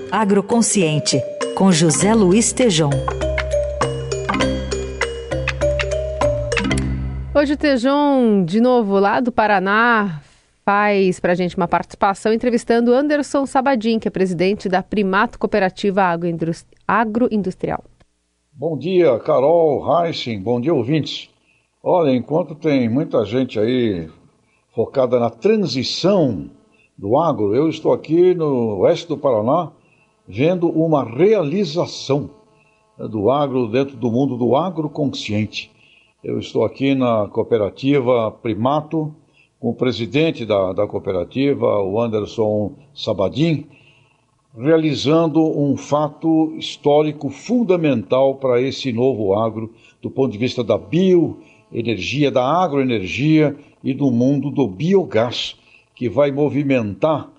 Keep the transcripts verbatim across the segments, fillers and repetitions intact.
Agroconsciente, com José Luiz Tejon. Hoje o Tejon, de novo, lá do Paraná, faz para a gente uma participação entrevistando Anderson Sabadin, que é presidente da Primato Cooperativa Agroindustrial. Bom dia, Carol, Heissing, bom dia, ouvintes. Olha, enquanto tem muita gente aí focada na transição do agro, eu estou aqui no oeste do Paraná vendo uma realização do agro dentro do mundo do agroconsciente. Eu estou aqui na cooperativa Primato, com o presidente da, da cooperativa, o Anderson Sabadin, realizando um fato histórico fundamental para esse novo agro, do ponto de vista da bioenergia, da agroenergia e do mundo do biogás, que vai movimentar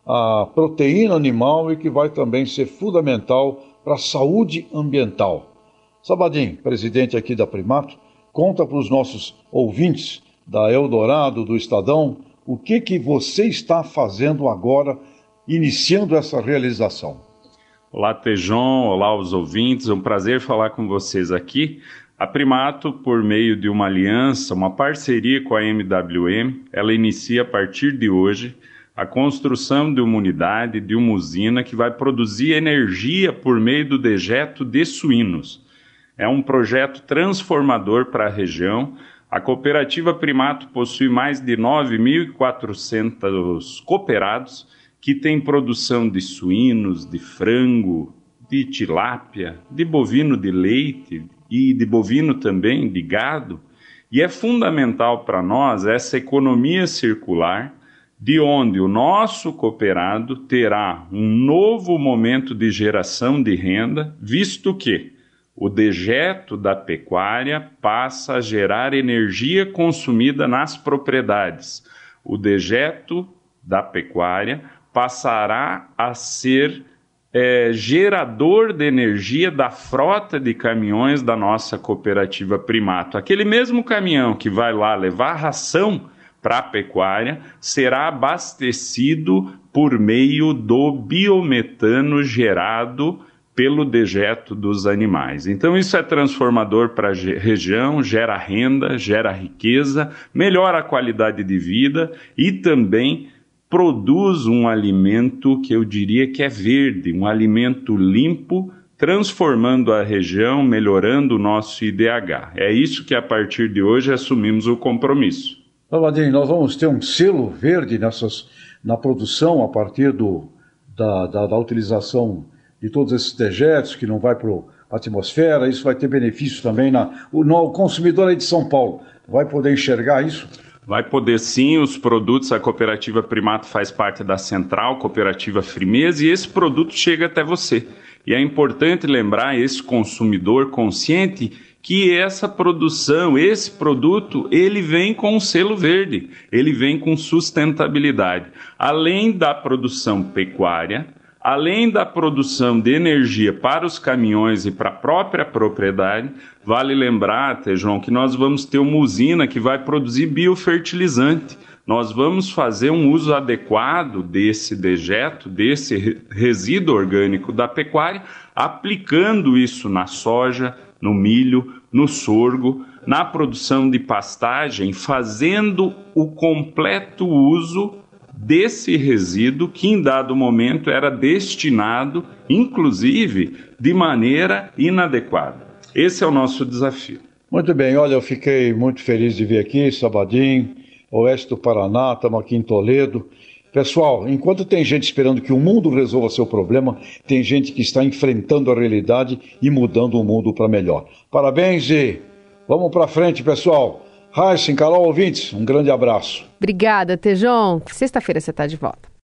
a proteína animal e que vai também ser fundamental para a saúde ambiental. Sabadin, presidente aqui da Primato, conta para os nossos ouvintes da Eldorado, do Estadão, o que, que você está fazendo agora, iniciando essa realização. Olá, Tejon, olá os ouvintes, é um prazer falar com vocês aqui. A Primato, por meio de uma aliança, uma parceria com a M W M, ela inicia a partir de hoje a construção de uma unidade, de uma usina que vai produzir energia por meio do dejeto de suínos. É um projeto transformador para a região. A cooperativa Primato possui mais de nove mil e quatrocentos cooperados que têm produção de suínos, de frango, de tilápia, de bovino de leite e de bovino também, de gado. E é fundamental para nós essa economia circular, de onde o nosso cooperado terá um novo momento de geração de renda, visto que o dejeto da pecuária passa a gerar energia consumida nas propriedades. O dejeto da pecuária passará a ser é, gerador de energia da frota de caminhões da nossa cooperativa Primato. Aquele mesmo caminhão que vai lá levar ração para a pecuária será abastecido por meio do biometano gerado pelo dejeto dos animais. Então isso é transformador para a região, gera renda, gera riqueza, melhora a qualidade de vida e também produz um alimento que eu diria que é verde, um alimento limpo, transformando a região, melhorando o nosso I D H. É isso que a partir de hoje assumimos o compromisso. Sabadin, nós vamos ter um selo verde nessas, na produção a partir do, da, da, da utilização de todos esses dejetos que não vai para a atmosfera. Isso vai ter benefício também na, o, no consumidor aí de São Paulo. Vai poder enxergar isso? Vai poder sim, os produtos, a cooperativa Primato faz parte da central, cooperativa Frimeza, e esse produto chega até você. E é importante lembrar esse consumidor consciente que essa produção, esse produto, ele vem com um selo verde, ele vem com sustentabilidade. Além da produção pecuária, além da produção de energia para os caminhões e para a própria propriedade, vale lembrar, Tejon, que nós vamos ter uma usina que vai produzir biofertilizante. Nós vamos fazer um uso adequado desse dejeto, desse resíduo orgânico da pecuária, aplicando isso na soja, no milho, no sorgo, na produção de pastagem, fazendo o completo uso desse resíduo que em dado momento era destinado, inclusive, de maneira inadequada. Esse é o nosso desafio. Muito bem, olha, eu fiquei muito feliz de vir aqui, Sabadin, oeste do Paraná, estamos aqui em Toledo. Pessoal, enquanto tem gente esperando que o mundo resolva seu problema, tem gente que está enfrentando a realidade e mudando o mundo para melhor. Parabéns e vamos para frente, pessoal. Heissing, Carol, ouvintes, um grande abraço. Obrigada, Tejon. Sexta-feira você está de volta.